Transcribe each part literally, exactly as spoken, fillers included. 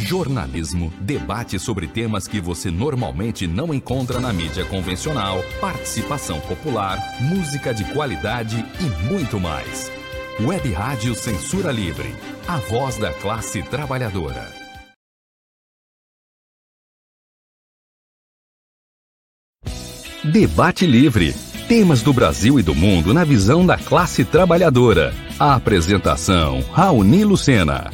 Jornalismo, debate sobre temas que você normalmente não encontra na mídia convencional, participação popular, música de qualidade e muito mais. Web Rádio Censura Livre, a voz da classe trabalhadora. Debate Livre. Temas do Brasil e do mundo na visão da classe trabalhadora. A apresentação, Raoni Lucena.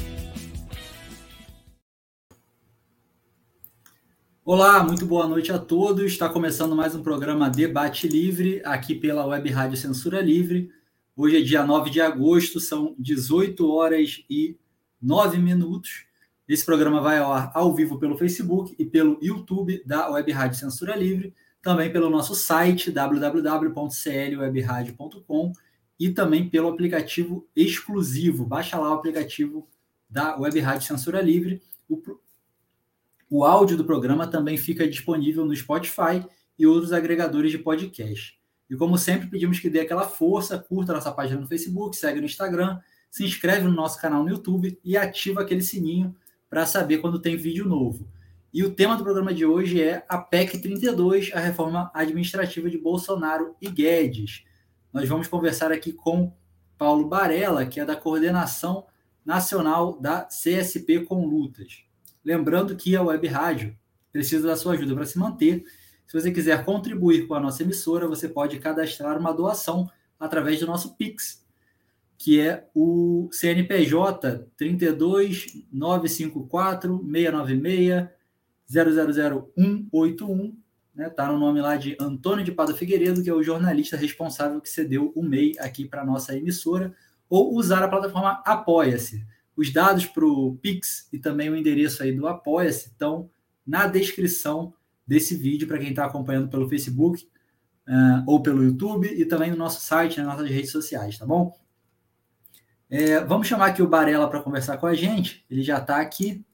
Olá, muito boa noite a todos. Está começando mais um programa Debate Livre, aqui pela Web Rádio Censura Livre. Hoje é dia nove de agosto, são dezoito horas e nove minutos. Esse programa vai ao ar ao vivo pelo Facebook e pelo YouTube da Web Rádio Censura Livre, também pelo nosso site w w w ponto c l web radio ponto com e também pelo aplicativo exclusivo. Baixa lá o aplicativo da Web Rádio Censura Livre. O O áudio do programa também fica disponível no Spotify e outros agregadores de podcast. E como sempre, pedimos que dê aquela força, curta nossa página no Facebook, segue no Instagram, se inscreve no nosso canal no YouTube e ativa aquele sininho para saber quando tem vídeo novo. E o tema do programa de hoje é a P E C trinta e dois, a reforma administrativa de Bolsonaro e Guedes. Nós vamos conversar aqui com Paulo Barella, que é da Coordenação Nacional da C S P com Lutas. Lembrando que a Web Rádio precisa da sua ajuda para se manter. Se você quiser contribuir com a nossa emissora, você pode cadastrar uma doação através do nosso Pix, que é o C N P J trinta e dois, novecentos e cinquenta e quatro, seiscentos e noventa e seis, zero zero zero um oito um. Né? Tá no nome lá de Antônio de Pada Figueiredo, que é o jornalista responsável que cedeu o M E I aqui para a nossa emissora, ou usar a plataforma Apoia-se. Os dados para o Pix e também o endereço aí do Apoia-se estão na descrição desse vídeo para quem está acompanhando pelo Facebook uh, ou pelo YouTube e também no nosso site, nas nossas redes sociais, tá bom? É, vamos chamar aqui o Barella para conversar com a gente. Ele já está aqui.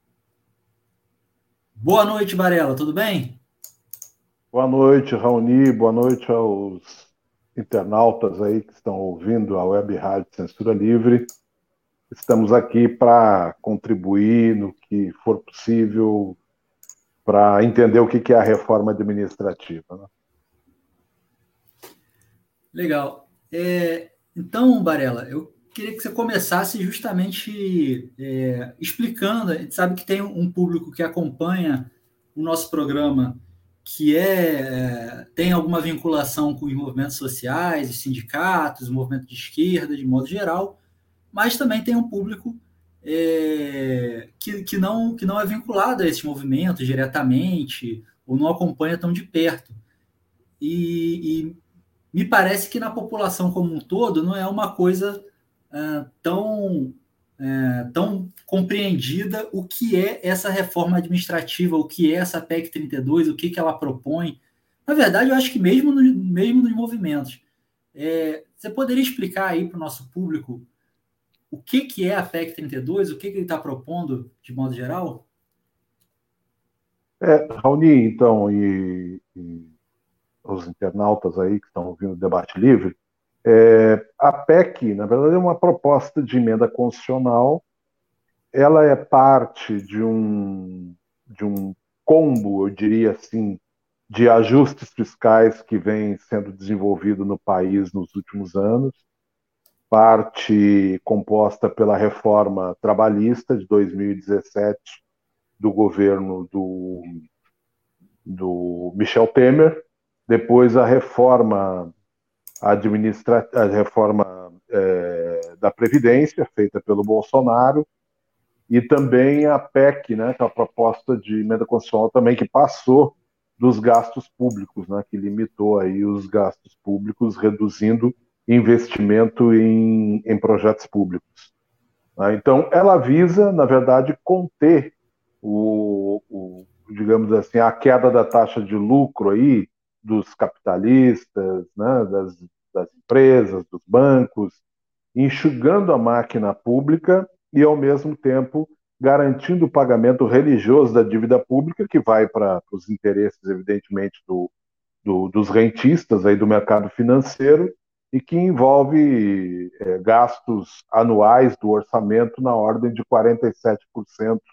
Boa noite, Barella, tudo bem? Boa noite, Raoni. Boa noite aos internautas aí que estão ouvindo a Web Rádio Censura Livre. Estamos aqui para contribuir no que for possível para entender o que é a reforma administrativa. Né? Legal. É, então, Barella, eu queria que você começasse justamente é, explicando. A gente sabe que tem um público que acompanha o nosso programa que é, é, tem alguma vinculação com os movimentos sociais, os sindicatos, o movimento de esquerda, de modo geral, mas também tem um público é, que, que, não, que não é vinculado a esses movimentos diretamente ou não acompanha tão de perto. E, e me parece que na população como um todo não é uma coisa é, tão, é, tão compreendida o que é essa reforma administrativa, o que é essa P E C trinta e dois, o que, que ela propõe. Na verdade, eu acho que mesmo, no, mesmo nos movimentos. É, você poderia explicar aí para o nosso público o que, que é a P E C trinta e dois? O que, que ele está propondo, de modo geral? É, Raoni, então, e, e os internautas aí que estão ouvindo o Debate Livre, é, a P E C, na verdade, é uma proposta de emenda constitucional. Ela é parte de um, de um combo, eu diria assim, de ajustes fiscais que vem sendo desenvolvido no país nos últimos anos. Parte composta pela reforma trabalhista de dois mil e dezessete do governo do, do Michel Temer, depois a reforma administra, a reforma é, da Previdência, feita pelo Bolsonaro, e também a P E C, né, que é a proposta de emenda constitucional também, que passou dos gastos públicos, né, que limitou aí os gastos públicos, reduzindo investimento em, em projetos públicos. Então, ela visa, na verdade, conter o, o, digamos assim, a queda da taxa de lucro aí dos capitalistas, né, das, das empresas, dos bancos, enxugando a máquina pública e, ao mesmo tempo, garantindo o pagamento religioso da dívida pública, que vai para os interesses, evidentemente, do, do, dos rentistas aí do mercado financeiro, e que envolve é, gastos anuais do orçamento na ordem de quarenta e sete por cento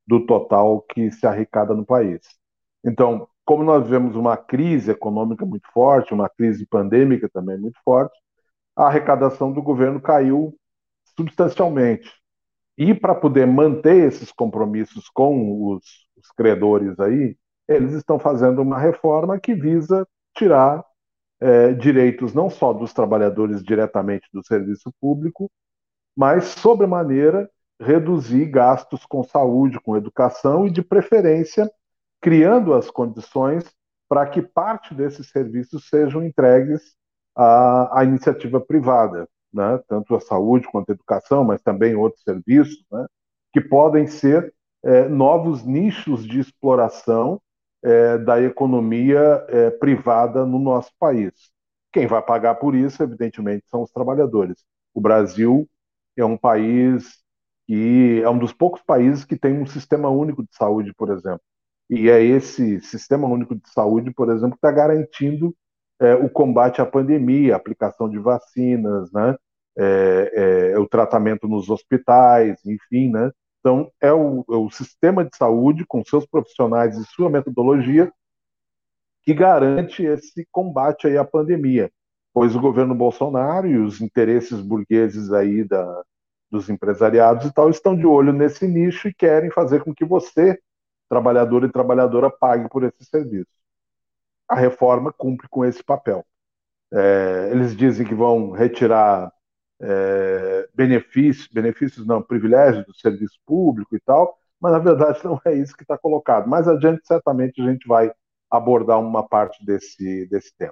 do total que se arrecada no país. Então, como nós vivemos uma crise econômica muito forte, uma crise pandêmica também muito forte, a arrecadação do governo caiu substancialmente. E para poder manter esses compromissos com os, os credores aí, eles estão fazendo uma reforma que visa tirar é, direitos não só dos trabalhadores diretamente do serviço público, mas, sobremaneira, reduzir gastos com saúde, com educação e, de preferência, criando as condições para que parte desses serviços sejam entregues à, à iniciativa privada, né? Tanto a saúde quanto a educação, mas também outros serviços, né? Que podem ser é, novos nichos de exploração é, da economia é, privada no nosso país. Quem vai pagar por isso, evidentemente, são os trabalhadores. O Brasil é um país que é um dos poucos países que tem um sistema único de saúde, por exemplo. E é esse sistema único de saúde, por exemplo, que está garantindo é, o combate à pandemia, a aplicação de vacinas, né? É, é, o tratamento nos hospitais, enfim, né? Então, é o, é o sistema de saúde, com seus profissionais e sua metodologia, que garante esse combate aí à pandemia. Pois o governo Bolsonaro e os interesses burgueses aí da, dos empresariados e tal estão de olho nesse nicho e querem fazer com que você, trabalhador e trabalhadora, pague por esse serviço. A reforma cumpre com esse papel. É, eles dizem que vão retirar é, benefícios, benefícios não, privilégios do serviço público e tal, mas na verdade não é isso que está colocado. Mais adiante, certamente, a gente vai abordar uma parte desse, desse tema.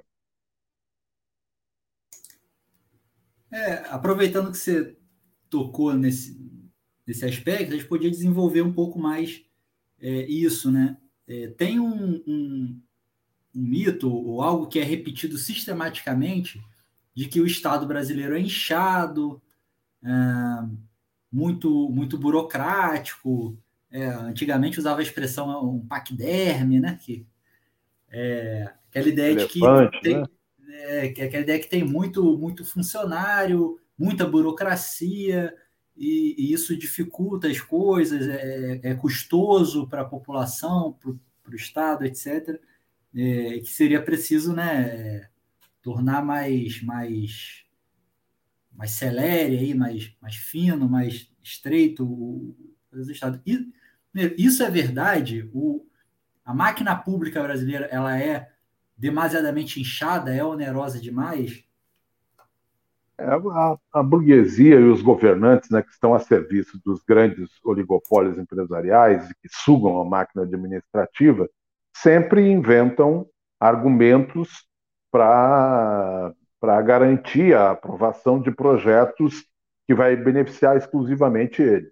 É, aproveitando que você tocou nesse, nesse aspecto, a gente podia desenvolver um pouco mais é, isso, né? É, tem um, um, um mito ou algo que é repetido sistematicamente de que o Estado brasileiro é inchado, é, muito, muito burocrático. É, antigamente usava a expressão um paquiderme, né? Que, é, aquela ideia de que Elefante, tem, né? é, que aquela ideia que tem muito, muito funcionário, muita burocracia, e, e isso dificulta as coisas, é, é custoso para a população, para o Estado, etcétera. É, que seria preciso, né, tornar mais, mais, mais celere, aí, mais, mais fino, mais estreito o, o Estado. E, isso é verdade? O, a máquina pública brasileira ela é demasiadamente inchada, é onerosa demais? É, a, a burguesia e os governantes, né, que estão a serviço dos grandes oligopólios empresariais e que sugam a máquina administrativa, sempre inventam argumentos para para garantir a aprovação de projetos que vai beneficiar exclusivamente eles.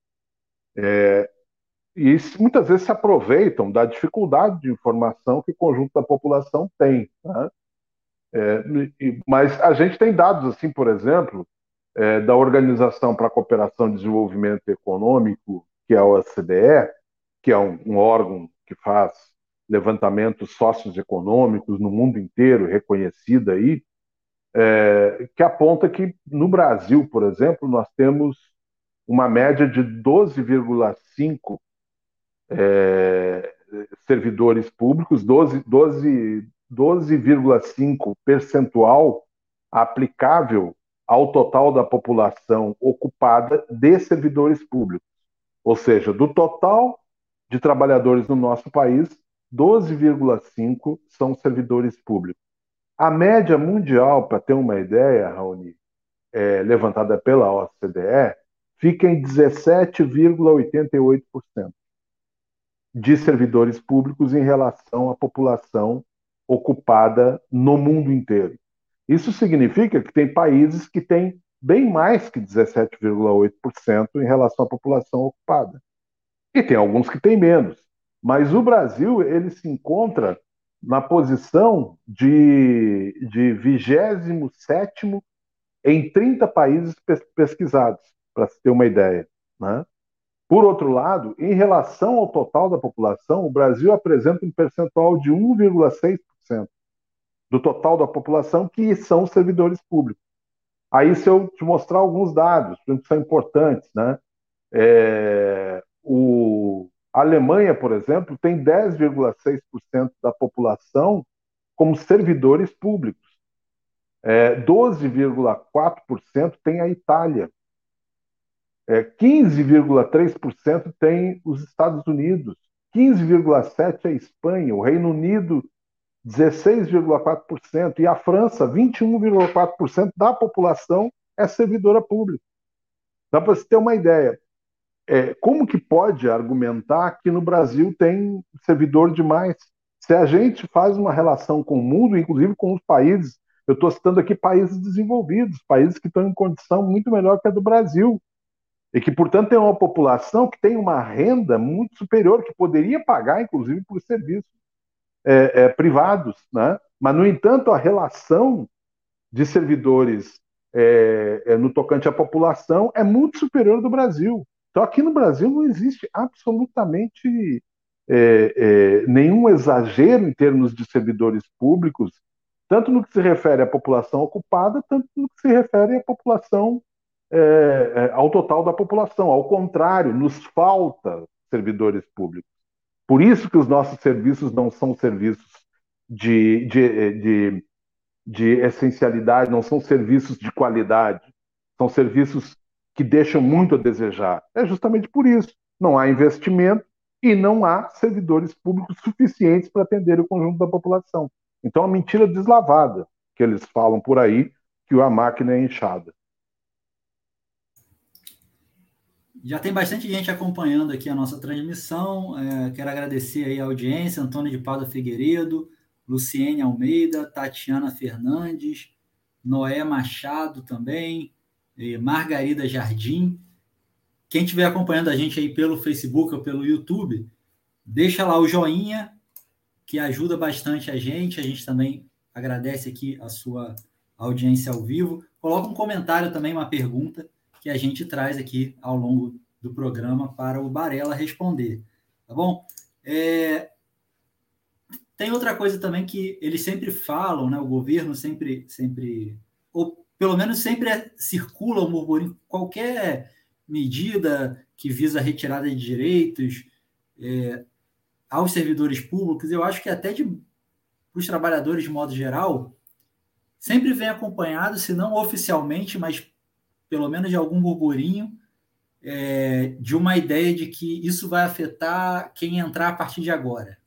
E muitas vezes se aproveitam da dificuldade de informação que o conjunto da população tem, né? É, mas a gente tem dados, assim, por exemplo, é, da Organização para a Cooperação e Desenvolvimento Econômico, que é a O C D E, que é um, um órgão que faz levantamentos socioeconômicos no mundo inteiro, reconhecida aí, é, que aponta que no Brasil, por exemplo, nós temos uma média de doze vírgula cinco é, servidores públicos, doze, doze, doze vírgula cinco percentual aplicável ao total da população ocupada de servidores públicos. Ou seja, do total de trabalhadores no nosso país, doze vírgula cinco são servidores públicos. A média mundial, para ter uma ideia, Raoni, é, levantada pela O C D E, fica em dezessete vírgula oitenta e oito por cento de servidores públicos em relação à população ocupada no mundo inteiro. Isso significa que tem países que têm bem mais que dezessete vírgula oito por cento em relação à população ocupada. E tem alguns que têm menos. Mas o Brasil, ele se encontra na posição de, de vigésimo sétimo em trinta países pesquisados, para se ter uma ideia, né? Por outro lado, em relação ao total da população, o Brasil apresenta um percentual de um vírgula seis por cento do total da população que são servidores públicos. Aí, se eu te mostrar alguns dados, que são importantes, né? É, o, A Alemanha, por exemplo, tem dez vírgula seis por cento da população como servidores públicos. É, doze vírgula quatro por cento tem a Itália. É, quinze vírgula três por cento tem os Estados Unidos. quinze vírgula sete por cento é a Espanha. O Reino Unido, dezesseis vírgula quatro por cento. E a França, vinte e um vírgula quatro por cento da população é servidora pública. Dá para você ter uma ideia. É, como que pode argumentar que no Brasil tem servidor demais? Se a gente faz uma relação com o mundo, inclusive com os países, eu estou citando aqui países desenvolvidos, países que estão em condição muito melhor que a do Brasil, e que, portanto, tem uma população que tem uma renda muito superior, que poderia pagar, inclusive, por serviços é, é, privados, né? Mas, no entanto, a relação de servidores é, é, no tocante à população é muito superior do Brasil. Então, aqui no Brasil não existe absolutamente é, é, nenhum exagero em termos de servidores públicos, tanto no que se refere à população ocupada, tanto no que se refere à população, é, é, ao total da população. Ao contrário, nos falta servidores públicos. Por isso que os nossos serviços não são serviços de, de, de de essencialidade, não são serviços de qualidade, são serviços que deixam muito a desejar. É justamente por isso. Não há investimento e não há servidores públicos suficientes para atender o conjunto da população. Então, a mentira deslavada que eles falam por aí, que a máquina é inchada. Já tem bastante gente acompanhando aqui a nossa transmissão. É, quero agradecer aí a audiência, Antônio de Pada Figueiredo, Luciene Almeida, Tatiana Fernandes, Noé Machado também, Margarida Jardim. Quem estiver acompanhando a gente aí pelo Facebook ou pelo YouTube, deixa lá o joinha, que ajuda bastante a gente. A gente também agradece aqui a sua audiência ao vivo. Coloca um comentário também, uma pergunta, que a gente traz aqui ao longo do programa para o Barela responder. Tá bom? É... Tem outra coisa também que eles sempre falam, né? O governo sempre, sempre ou pelo menos sempre é, circula o murmurinho, qualquer medida que visa a retirada de direitos é, aos servidores públicos, eu acho que até de os trabalhadores de modo geral, sempre vem acompanhado, se não oficialmente, mas pelo menos de algum burburinho, é, de uma ideia de que isso vai afetar quem entrar a partir de agora.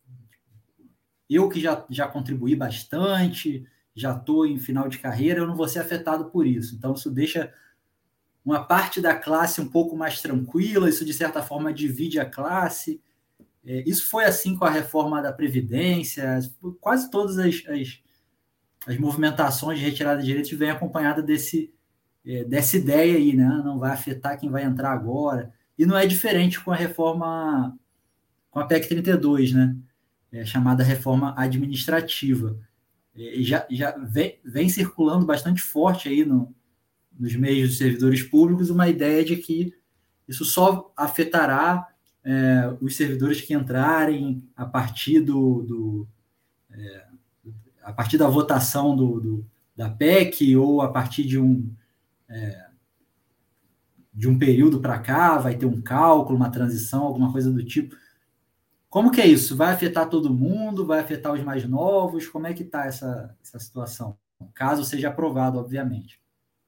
Eu que já, já contribuí bastante, já estou em final de carreira, eu não vou ser afetado por isso. Então, isso deixa uma parte da classe um pouco mais tranquila, isso, de certa forma, divide a classe. É, isso foi assim com a reforma da Previdência, quase todas as, as, as movimentações de retirada de direitos vêm acompanhadas desse, é, dessa ideia aí, né? Não vai afetar quem vai entrar agora. E não é diferente com a reforma, com a P E C trinta e dois, né? É, chamada reforma administrativa. É, já já vem, vem circulando bastante forte aí no, nos meios dos servidores públicos uma ideia de que isso só afetará é, os servidores que entrarem a partir do, do é, a partir da votação do, do, da P E C ou a partir de um é, de um período para cá, vai ter um cálculo, uma transição, alguma coisa do tipo. Como que é isso? Vai afetar todo mundo? Vai afetar os mais novos? Como é que está essa, essa situação? Caso seja aprovado, obviamente.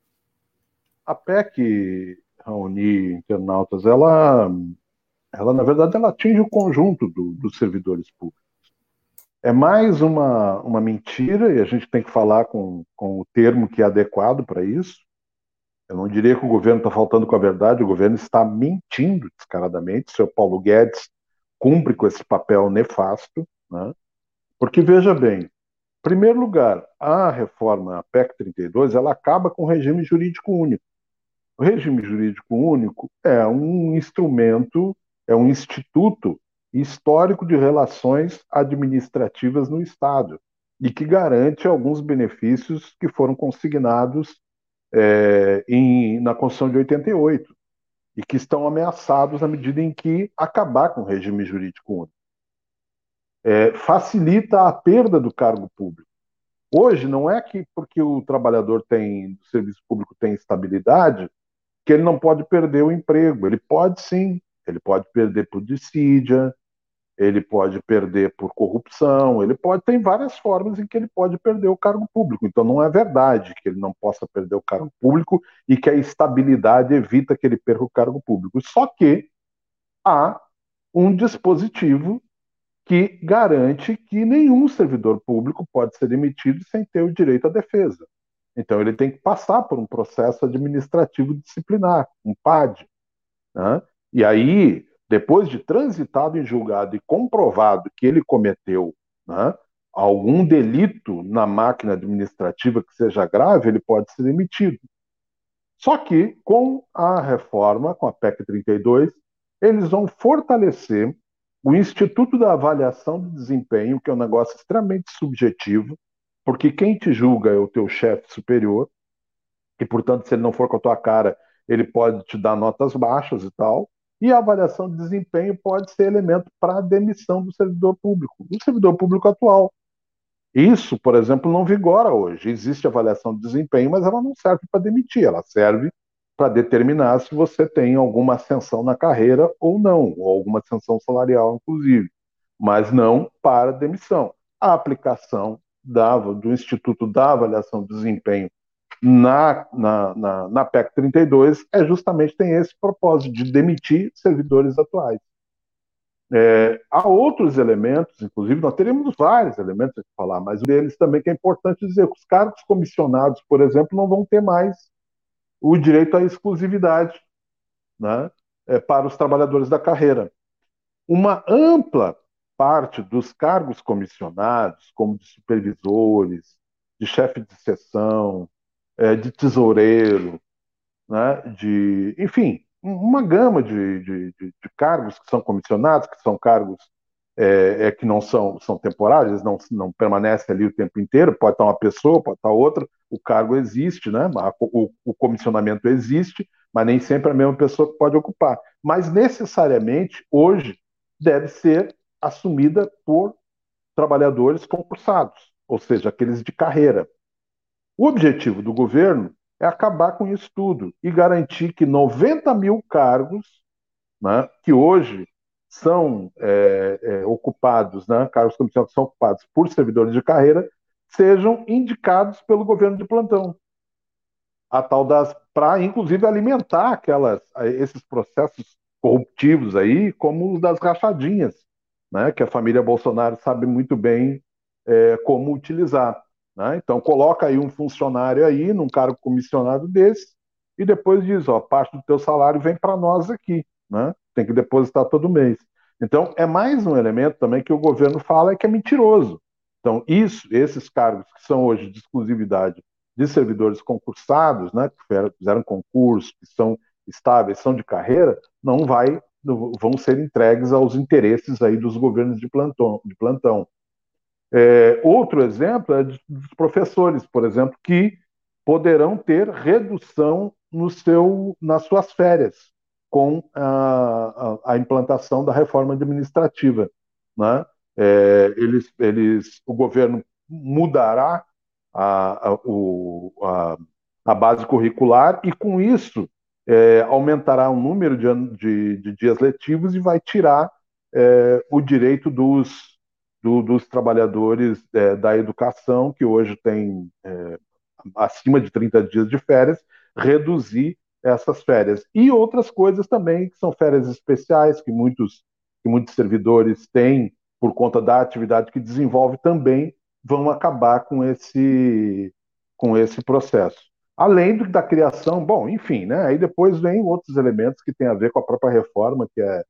A P E C, Raoni, internautas, ela, ela, na verdade, ela atinge o conjunto do, dos servidores públicos. É mais uma, uma mentira, e a gente tem que falar com, com o termo que é adequado para isso. Eu não diria que o governo está faltando com a verdade, o governo está mentindo descaradamente. O senhor Paulo Guedes cumpre com esse papel nefasto, né? Porque, veja bem, em primeiro lugar, a reforma, a P E C trinta e dois, ela acaba com o regime jurídico único. O regime jurídico único é um instrumento, é um instituto histórico de relações administrativas no Estado e que garante alguns benefícios que foram consignados é, em, na Constituição de oitenta e oito. E que estão ameaçados na medida em que acabar com o regime jurídico único. É, facilita a perda do cargo público. Hoje, não é que porque o trabalhador tem, o serviço público tem estabilidade, que ele não pode perder o emprego. Ele pode sim. Ele pode perder por dissídia, ele pode perder por corrupção, ele pode, tem várias formas em que ele pode perder o cargo público. Então não é verdade que ele não possa perder o cargo público e que a estabilidade evita que ele perca o cargo público. Só que há um dispositivo que garante que nenhum servidor público pode ser demitido sem ter o direito à defesa. Então ele tem que passar por um processo administrativo disciplinar, um P A D, né? E aí, depois de transitado em julgado e comprovado que ele cometeu, né, algum delito na máquina administrativa que seja grave, ele pode ser demitido. Só que, com a reforma, com a P E C trinta e dois, eles vão fortalecer o Instituto da Avaliação de Desempenho, que é um negócio extremamente subjetivo, porque quem te julga é o teu chefe superior, e, portanto, se ele não for com a tua cara, ele pode te dar notas baixas e tal. E a avaliação de desempenho pode ser elemento para a demissão do servidor público, do servidor público atual. Isso, por exemplo, não vigora hoje. Existe avaliação de desempenho, mas ela não serve para demitir, ela serve para determinar se você tem alguma ascensão na carreira ou não, ou alguma ascensão salarial, inclusive, mas não para demissão. A aplicação da, do Instituto da Avaliação de Desempenho Na, na, na, na P E C trinta e dois é justamente tem esse propósito de demitir servidores atuais. É, há outros elementos, inclusive nós teremos vários elementos a falar, mas um deles também que é importante dizer que os cargos comissionados, por exemplo, não vão ter mais o direito à exclusividade, né, é, para os trabalhadores da carreira. Uma ampla parte dos cargos comissionados, como de supervisores, de chefe de seção, de tesoureiro, né, de, enfim, uma gama de, de, de, de cargos que são comissionados, que são cargos é, é, que não são, são temporários, não, não permanecem ali o tempo inteiro, pode estar uma pessoa, pode estar outra, o cargo existe, né, o, o comissionamento existe, mas nem sempre é a mesma pessoa que pode ocupar. Mas necessariamente, hoje, deve ser assumida por trabalhadores concursados, ou seja, aqueles de carreira. O objetivo do governo é acabar com isso tudo e garantir que noventa mil cargos, né, que hoje são é, é, ocupados, né, cargos comissionados são ocupados por servidores de carreira, sejam indicados pelo governo de plantão. A tal das, para inclusive alimentar aquelas, esses processos corruptivos aí, como os das rachadinhas, né, que a família Bolsonaro sabe muito bem é, como utilizar. Né? Então, coloca aí um funcionário aí, num cargo comissionado desse, e depois diz, ó, parte do teu salário vem para nós aqui, né? Tem que depositar todo mês. Então, é mais um elemento também que o governo fala que é mentiroso. Então, isso, esses cargos que são hoje de exclusividade de servidores concursados, né, que fizeram concurso, que são estáveis, são de carreira, não vai, vão ser entregues aos interesses aí dos governos de plantão. De plantão. É, outro exemplo é dos professores, por exemplo, que poderão ter redução no seu, nas suas férias com a, a, a implantação da reforma administrativa. Né? É, eles, eles, o governo mudará a, a, o, a, a base curricular e, com isso, é, aumentará o número de, de, de dias letivos e vai tirar é, o direito dos Do, dos trabalhadores é, da educação, que hoje tem é, acima de trinta dias de férias, reduzir essas férias. E outras coisas também, que são férias especiais, que muitos, que muitos servidores têm por conta da atividade que desenvolve, também vão acabar com esse, com esse processo. Além do, da criação, bom, enfim, né? Aí depois vem outros elementos que têm a ver com a própria reforma, que é,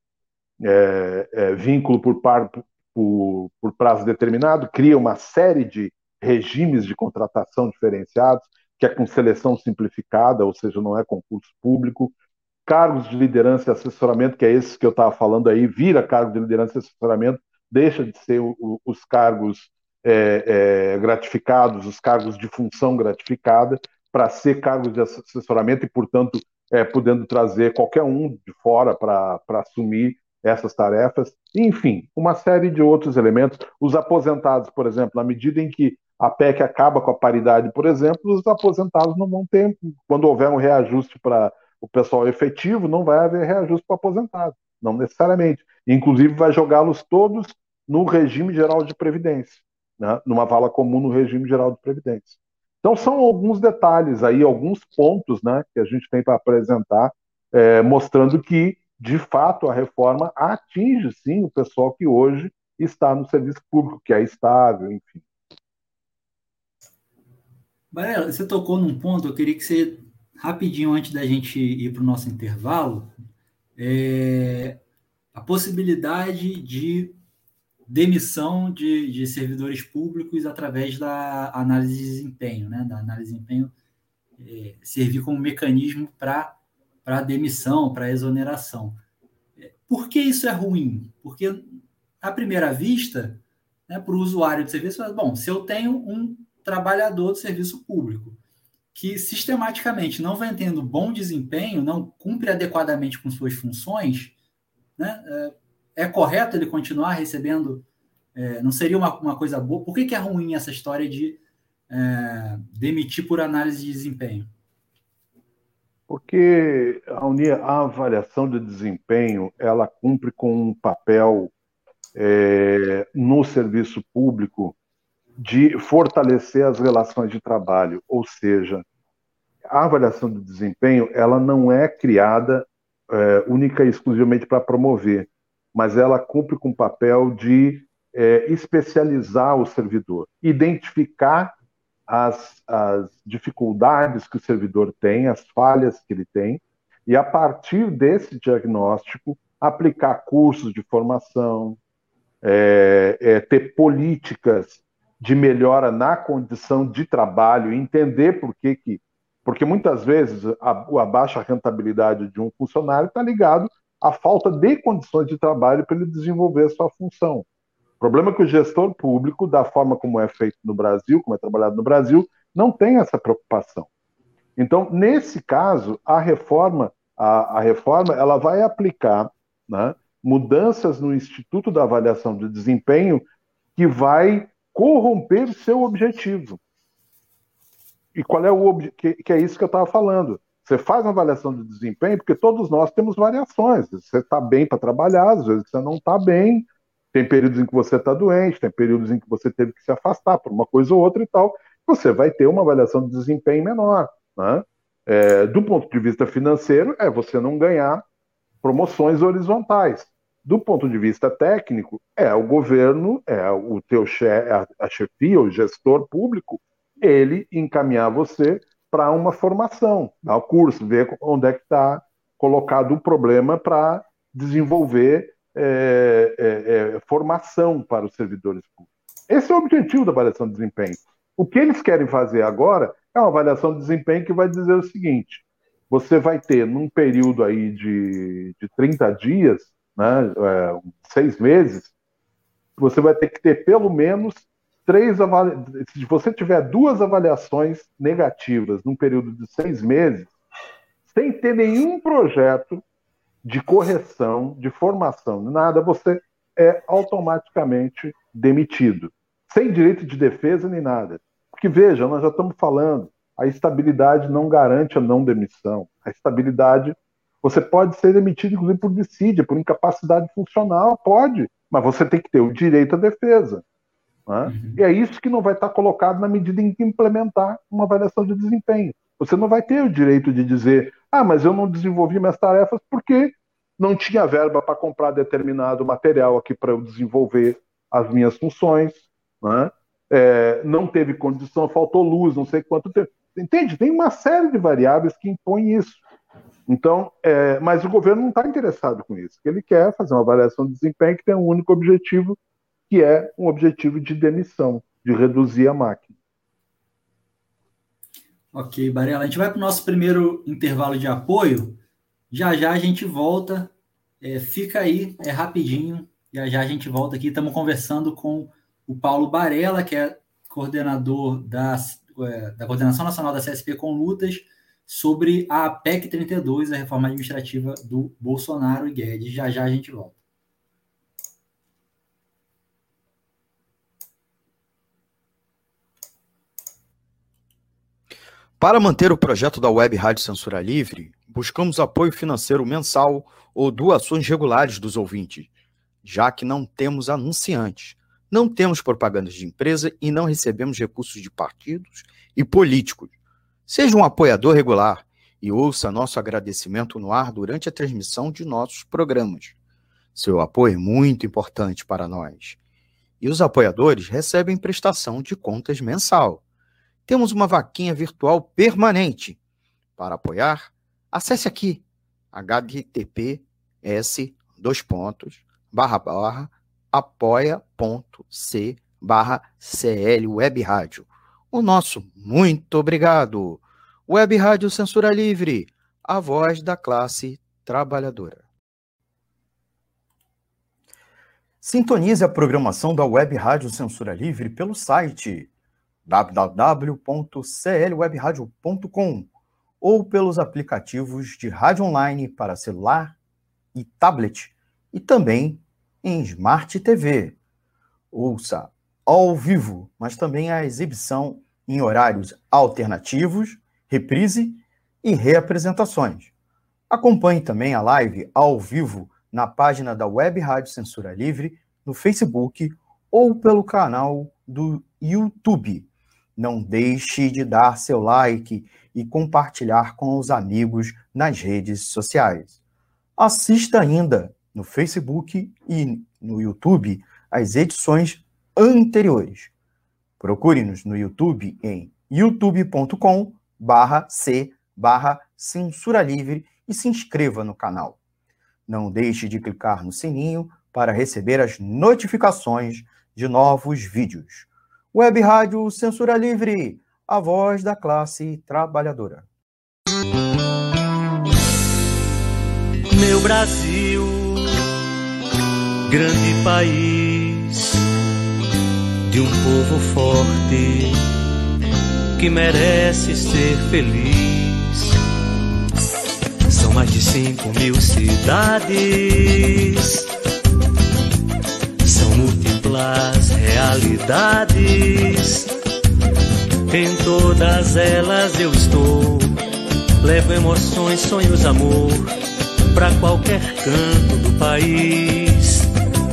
é, é vínculo por parte Por, por prazo determinado, cria uma série de regimes de contratação diferenciados, que é com seleção simplificada, ou seja, não é concurso público. Cargos de liderança e assessoramento, que é esses que eu estava falando aí, vira cargo de liderança e assessoramento, deixa de ser o, o, os cargos é, é, gratificados, os cargos de função gratificada, para ser cargos de assessoramento e, portanto, é, podendo trazer qualquer um de fora para assumir essas tarefas, enfim, uma série de outros elementos. Os aposentados, por exemplo, na medida em que a P E C acaba com a paridade, por exemplo, os aposentados não vão ter, quando houver um reajuste para o pessoal efetivo, não vai haver reajuste para aposentado, não necessariamente. Inclusive, vai jogá-los todos no regime geral de previdência, né? Numa vala comum no regime geral de previdência. Então, são alguns detalhes aí, alguns pontos, né, que a gente tem para apresentar, é, mostrando que, de fato, a reforma atinge, sim, o pessoal que hoje está no serviço público, que é estável, enfim. Varela, você tocou num ponto, eu queria que você, rapidinho, antes da gente ir para o nosso intervalo, é, a possibilidade de demissão de, de servidores públicos através da análise de desempenho, né? Da análise de desempenho é, servir como mecanismo para para demissão, para exoneração. Por que isso é ruim? Porque, à primeira vista, né, para o usuário de serviço, bom, se eu tenho um trabalhador do serviço público que sistematicamente não vem tendo bom desempenho, não cumpre adequadamente com suas funções, né, é, é correto ele continuar recebendo? É, não seria uma, uma coisa boa? Por que, que é ruim essa história de é, demitir por análise de desempenho? Porque a, uni- a avaliação de desempenho ela cumpre com um papel é, no serviço público de fortalecer as relações de trabalho, ou seja, a avaliação de desempenho ela não é criada é, única e exclusivamente para promover, mas ela cumpre com o papel de é, especializar o servidor, identificar as, as dificuldades que o servidor tem, as falhas que ele tem, e a partir desse diagnóstico aplicar cursos de formação, é, é, ter políticas de melhora na condição de trabalho, entender por que que... Porque muitas vezes a, a baixa rentabilidade de um funcionário está ligado à falta de condições de trabalho para ele desenvolver a sua função. O problema é que o gestor público, da forma como é feito no Brasil, como é trabalhado no Brasil, não tem essa preocupação. Então, nesse caso, a reforma, a, a reforma ela vai aplicar, né, mudanças no Instituto da Avaliação de Desempenho que vai corromper seu objetivo. E qual é o objetivo? Que, que é isso que eu estava falando. Você faz uma avaliação de desempenho porque todos nós temos variações. Você está bem para trabalhar, às vezes você não está bem. Tem períodos em que você está doente, tem períodos em que você teve que se afastar por uma coisa ou outra e tal. Você vai ter uma avaliação de desempenho menor, né? É, do ponto de vista financeiro, é você não ganhar promoções horizontais. Do ponto de vista técnico, é o governo, é o teu chefe, a chefia, o gestor público, ele encaminhar você para uma formação, dar o curso, ver onde é que está colocado o problema para desenvolver é, é, é, formação para os servidores públicos. Esse é o objetivo da avaliação de desempenho. O que eles querem fazer agora é uma avaliação de desempenho que vai dizer o seguinte: você vai ter, num período aí de, de trinta dias, né, é, seis meses, você vai ter que ter pelo menos três avaliações. Se você tiver duas avaliações negativas num período de seis meses, sem ter nenhum projeto de correção, de formação, nada, você é automaticamente demitido. Sem direito de defesa nem nada. Porque, veja, nós já estamos falando, a estabilidade não garante a não demissão. A estabilidade, você pode ser demitido, inclusive, por dissídia, por incapacidade funcional, pode, mas você tem que ter o direito à defesa. Né? Uhum. E é isso que não vai estar colocado na medida em que implementar uma avaliação de desempenho. Você não vai ter o direito de dizer, ah, mas eu não desenvolvi minhas tarefas porque não tinha verba para comprar determinado material aqui para eu desenvolver as minhas funções, né? É, não teve condição, faltou luz, não sei quanto tempo. Entende? Tem uma série de variáveis que impõem isso. Então, é, mas o governo não está interessado com isso. Ele quer fazer uma avaliação de desempenho que tem um único objetivo, que é um objetivo de demissão, de reduzir a máquina. Ok, Barela. A gente vai para o nosso primeiro intervalo de apoio. Já já a gente volta. É, fica aí, é rapidinho. Já já a gente volta aqui. Estamos conversando com o Paulo Barela, que é coordenador da, é, da Coordenação Nacional da C S P com Lutas, sobre a P E C trinta e dois, a reforma administrativa do Bolsonaro e Guedes. Já já a gente volta. Para manter o projeto da Web Rádio Censura Livre, buscamos apoio financeiro mensal ou doações regulares dos ouvintes, já que não temos anunciantes, não temos propagandas de empresa e não recebemos recursos de partidos e políticos. Seja um apoiador regular e ouça nosso agradecimento no ar durante a transmissão de nossos programas. Seu apoio é muito importante para nós. E os apoiadores recebem prestação de contas mensal. Temos uma vaquinha virtual permanente. Para apoiar, acesse aqui https dois pontos barra barra apoia.c barra cl Web Rádio. O nosso muito obrigado. Web Rádio Censura Livre, a voz da classe trabalhadora. Sintonize a programação da Web Rádio Censura Livre pelo site w w w ponto c l web radio ponto com ou pelos aplicativos de rádio online para celular e tablet e também em Smart T V. Ouça ao vivo, mas também a exibição em horários alternativos, reprise e reapresentações. Acompanhe também a live ao vivo na página da Web Rádio Censura Livre, no Facebook ou pelo canal do YouTube. Não deixe de dar seu like e compartilhar com os amigos nas redes sociais. Assista ainda no Facebook e no YouTube as edições anteriores. Procure-nos no YouTube em youtube ponto com barra c barra censura livre e se inscreva no canal. Não deixe de clicar no sininho para receber as notificações de novos vídeos. Web Rádio Censura Livre, a voz da classe trabalhadora. Meu Brasil, grande país, de um povo forte, que merece ser feliz. São mais de cinco mil cidades, são múltiplas realidades. Em todas elas eu estou, levo emoções, sonhos, amor, pra qualquer canto do país.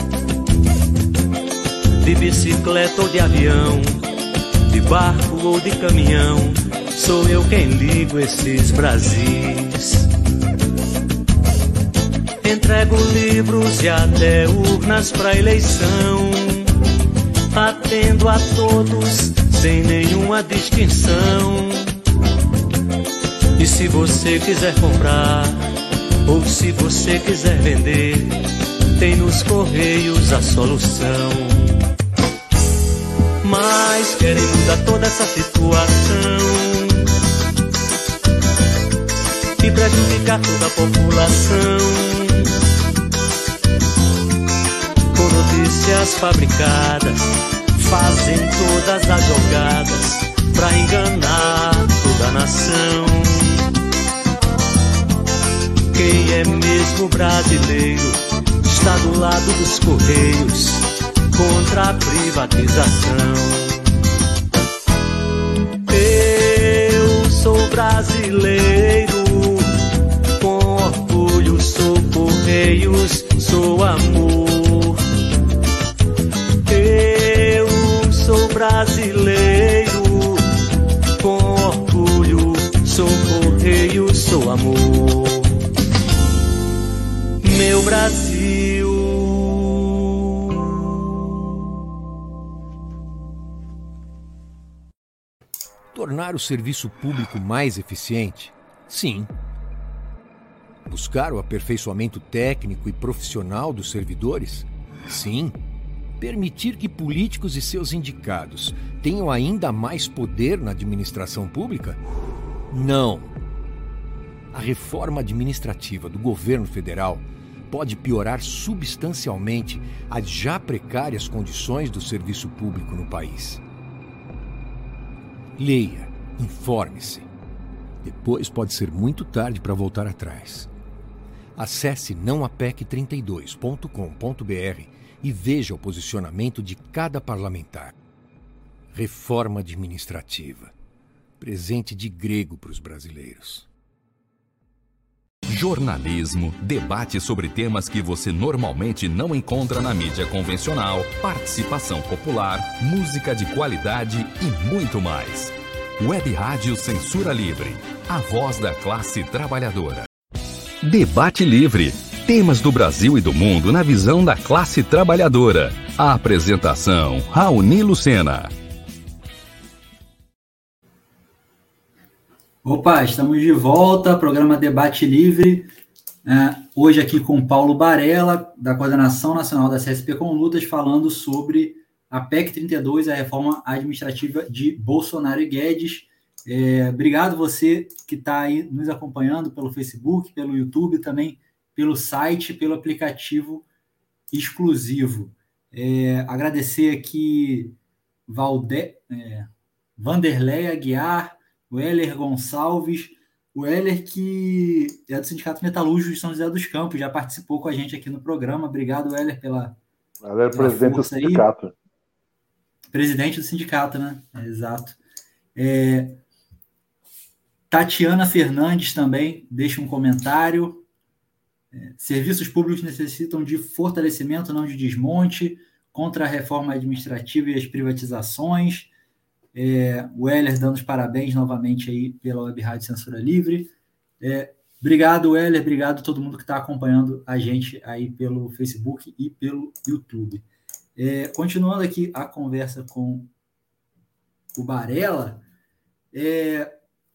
De bicicleta ou de avião, de barco ou de caminhão, sou eu quem ligo esses Brasis. Entrego livros e até urnas pra eleição, atendo a todos sem nenhuma distinção. E se você quiser comprar, ou se você quiser vender, tem nos Correios a solução. Mas querem mudar toda essa situação e prejudicar toda a população com notícias fabricadas. Fazem todas as jogadas pra enganar toda a nação. Quem é mesmo brasileiro está do lado dos Correios contra a privatização. Eu sou brasileiro, com orgulho sou Correios, sou amor. Eu sou brasileiro, com orgulho sou Correios, sou amor. Meu Brasil. Tornar o serviço público mais eficiente? Sim. Buscar o aperfeiçoamento técnico e profissional dos servidores? Sim. Permitir que políticos e seus indicados tenham ainda mais poder na administração pública? Não. A reforma administrativa do governo federal pode piorar substancialmente as já precárias condições do serviço público no país. Leia, informe-se. Depois pode ser muito tarde para voltar atrás. Acesse não a p e c trinta e dois ponto com ponto b r e veja o posicionamento de cada parlamentar. Reforma administrativa. Presente de grego para os brasileiros. Jornalismo, debate sobre temas que você normalmente não encontra na mídia convencional, participação popular, música de qualidade e muito mais. Web Rádio Censura Livre, a voz da classe trabalhadora. Debate Livre, temas do Brasil e do mundo na visão da classe trabalhadora. A apresentação, Raoni Lucena. Opa, estamos de volta, programa Debate Livre, é, hoje aqui com Paulo Barella, da Coordenação Nacional da C S P com Lutas, falando sobre a P E C trinta e dois, a reforma administrativa de Bolsonaro e Guedes. É, obrigado você que está aí nos acompanhando pelo Facebook, pelo YouTube, também pelo site, pelo aplicativo exclusivo. É, agradecer aqui Valde, é, Vanderlei Aguiar, o Heller Gonçalves, o Heller que é do Sindicato Metalúrgico de São José dos Campos, já participou com a gente aqui no programa. Obrigado, Heller, pela, Heller, pela presidente do sindicato. Aí. Presidente do sindicato, né? É, exato. É, Tatiana Fernandes também deixa um comentário. É, serviços públicos necessitam de fortalecimento, não de desmonte, contra a reforma administrativa e as privatizações. É, o Heller dando os parabéns novamente aí pela Web Rádio Censura Livre. É, obrigado, Heller, obrigado a todo mundo que está acompanhando a gente aí pelo Facebook e pelo YouTube. É, continuando aqui a conversa com o Barella, é,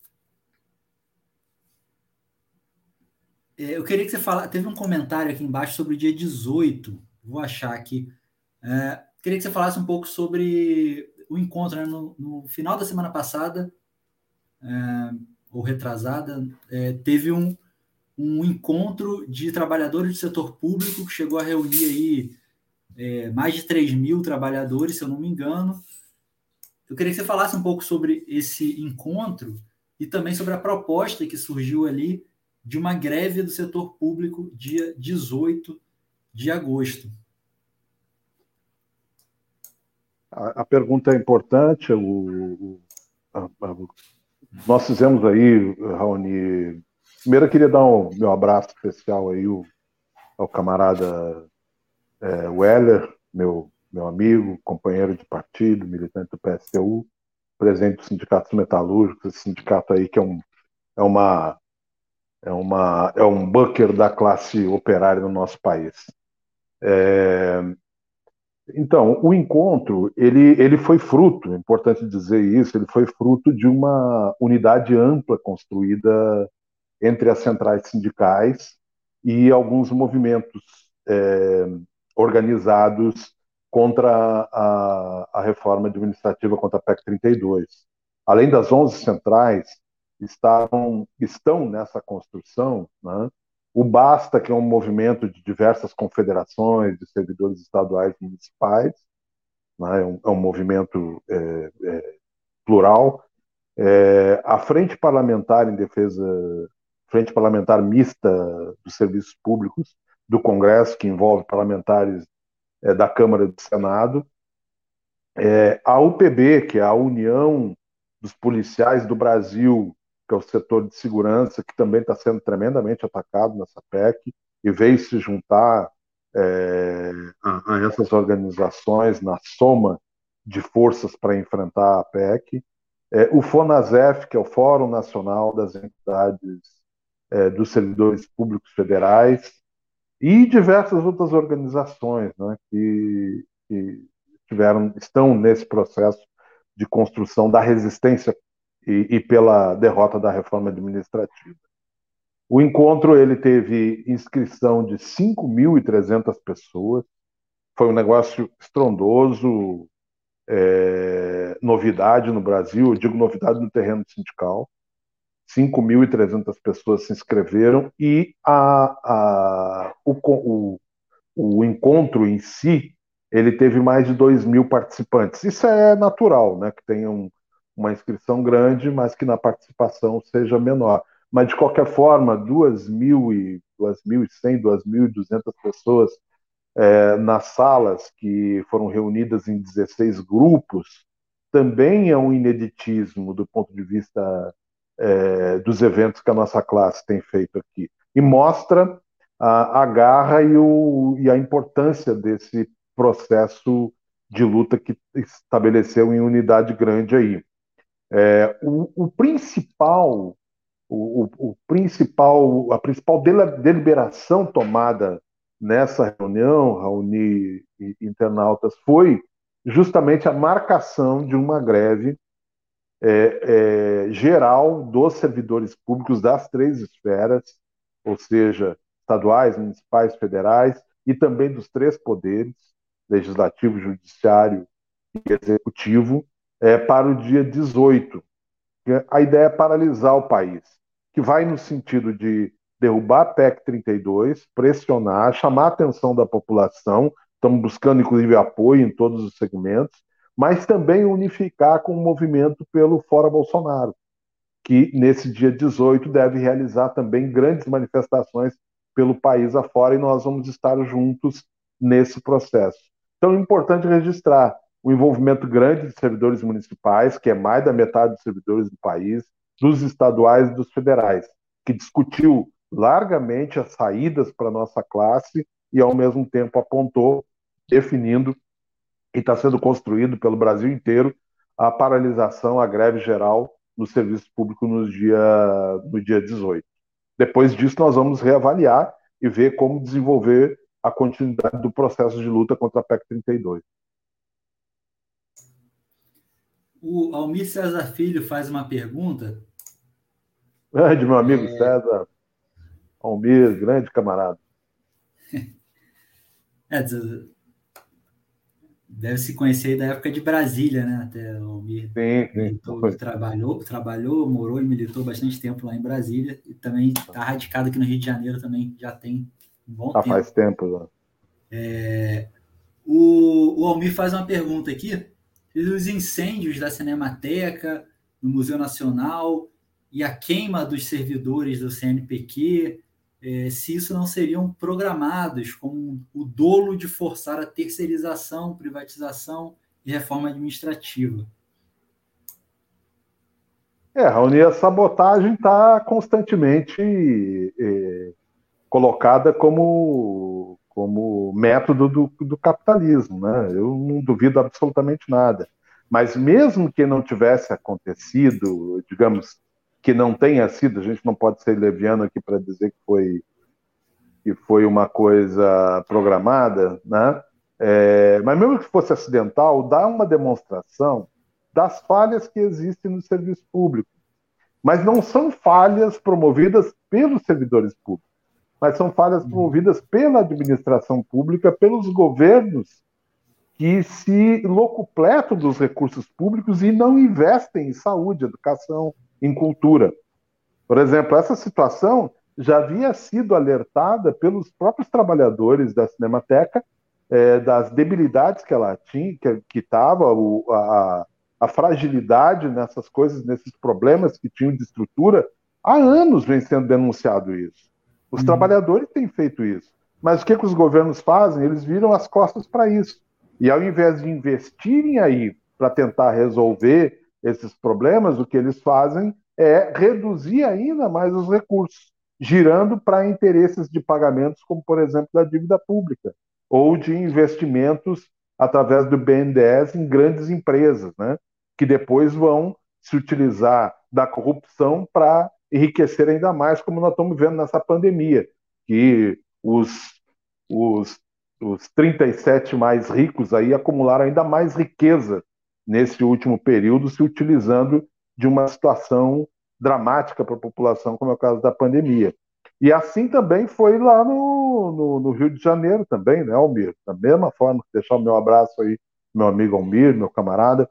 é, eu queria que você falasse, teve um comentário aqui embaixo sobre o dia dezoito, vou achar aqui, é, queria que você falasse um pouco sobre o encontro, né, no, no final da semana passada, é, ou retrasada, é, teve um, um encontro de trabalhadores do setor público que chegou a reunir aí é, mais de três mil trabalhadores, se eu não me engano. Eu queria que você falasse um pouco sobre esse encontro e também sobre a proposta que surgiu ali de uma greve do setor público dia dezoito de agosto. A, a pergunta é importante. O, o, a, a, nós fizemos aí, Raoni. Primeiro eu queria dar um meu abraço especial aí ao, ao camarada é, Weller, meu, meu amigo, companheiro de partido, militante do P S T U, presidente dos sindicatos metalúrgicos, esse sindicato aí que é um, é uma, é uma, é um bunker da classe operária no nosso país. É, Então, o encontro, ele, ele foi fruto, é importante dizer isso, ele foi fruto de uma unidade ampla construída entre as centrais sindicais e alguns movimentos é, organizados contra a, a reforma administrativa, contra a P E C trinta e dois. Além das onze centrais, estavam, estão nessa construção, né, o BASTA, que é um movimento de diversas confederações de servidores estaduais e municipais, né, é, um, é um movimento é, é, plural. É, a Frente Parlamentar em Defesa, Frente Parlamentar Mista dos Serviços Públicos do Congresso, que envolve parlamentares é, da Câmara e do Senado. É, a U P B, que é a União dos Policiais do Brasil, que é o setor de segurança, que também está sendo tremendamente atacado nessa P E C, e veio se juntar é, a, a essas organizações na soma de forças para enfrentar a P E C. É, o FONASEF, que é o Fórum Nacional das Entidades é, dos Servidores Públicos Federais, e diversas outras organizações, né, que, que tiveram, estão nesse processo de construção da resistência E, e pela derrota da reforma administrativa. O encontro ele teve inscrição de cinco mil e trezentas pessoas, foi um negócio estrondoso, é, novidade no Brasil, eu digo novidade no terreno sindical. cinco mil e trezentas pessoas se inscreveram e a, a, o, o, o encontro em si ele teve mais de dois mil participantes. Isso é natural, né, que tenha um uma inscrição grande, mas que na participação seja menor. Mas, de qualquer forma, duas mil e cem, duas mil e duzentas pessoas é, nas salas que foram reunidas em dezesseis grupos, também é um ineditismo do ponto de vista é, dos eventos que a nossa classe tem feito aqui. E mostra a, a garra e, o, e a importância desse processo de luta que estabeleceu em unidade grande aí. É, o, o principal, o, o principal, a principal deliberação tomada nessa reunião, reunir internautas, foi justamente a marcação de uma greve é, é, geral dos servidores públicos das três esferas, ou seja, estaduais, municipais, federais, e também dos três poderes, legislativo, judiciário e executivo, é, para o dia dezoito. A ideia é paralisar o país, que vai no sentido de derrubar a P E C trinta e dois, pressionar, chamar a atenção da população, estamos buscando inclusive apoio em todos os segmentos, mas também unificar com o movimento pelo Fora Bolsonaro, que nesse dia dezoito deve realizar também grandes manifestações pelo país afora, e nós vamos estar juntos nesse processo. Então é importante registrar o envolvimento grande de servidores municipais, que é mais da metade dos servidores do país, dos estaduais e dos federais, que discutiu largamente as saídas para a nossa classe e, ao mesmo tempo, apontou, definindo, e está sendo construído pelo Brasil inteiro, a paralisação, a greve geral no serviço público no dia, no dia dezoito. Depois disso, nós vamos reavaliar e ver como desenvolver a continuidade do processo de luta contra a P E C trinta e dois. O Almir César Filho faz uma pergunta. Grande, meu amigo é... César Almir, grande camarada. É, deve se conhecer aí da época de Brasília, né? Até o Almir sim, sim. Militou, trabalhou, trabalhou, morou e militou bastante tempo lá em Brasília, e também está radicado aqui no Rio de Janeiro também, já tem um bom ah, tempo. Faz tempo, né? É... O, o Almir faz uma pergunta aqui. Os incêndios da Cinemateca, no Museu Nacional e a queima dos servidores do C N P Q, é, se isso não seriam programados como o dolo de forçar a terceirização, privatização e reforma administrativa. É, Raoni, a sabotagem está constantemente é, colocada como, como método do, do capitalismo, né? Eu não duvido absolutamente nada. Mas mesmo que não tivesse acontecido, digamos, que não tenha sido, a gente não pode ser leviano aqui para dizer que foi, que foi uma coisa programada, né? É, mas mesmo que fosse acidental, dá uma demonstração das falhas que existem no serviço público. Mas não são falhas promovidas pelos servidores públicos, mas são falhas promovidas pela administração pública, pelos governos que se locupletam dos recursos públicos e não investem em saúde, educação, em cultura. Por exemplo, essa situação já havia sido alertada pelos próprios trabalhadores da Cinemateca, é, das debilidades que ela tinha, que estava, a, a fragilidade nessas coisas, nesses problemas que tinham de estrutura. Há anos vem sendo denunciado isso. Os uhum. trabalhadores têm feito isso. Mas o que, que os governos fazem? Eles viram as costas para isso. E ao invés de investirem aí para tentar resolver esses problemas, o que eles fazem é reduzir ainda mais os recursos, girando para interesses de pagamentos, como, por exemplo, da dívida pública, ou de investimentos através do B N D E S em grandes empresas, né, que depois vão se utilizar da corrupção para enriquecer ainda mais, como nós estamos vendo nessa pandemia, que os, os, os trinta e sete mais ricos aí acumularam ainda mais riqueza nesse último período, se utilizando de uma situação dramática para a população, como é o caso da pandemia. E assim também foi lá no, no, no Rio de Janeiro também, né, Almir? Da mesma forma, deixar o meu abraço aí, meu amigo Almir, meu camarada,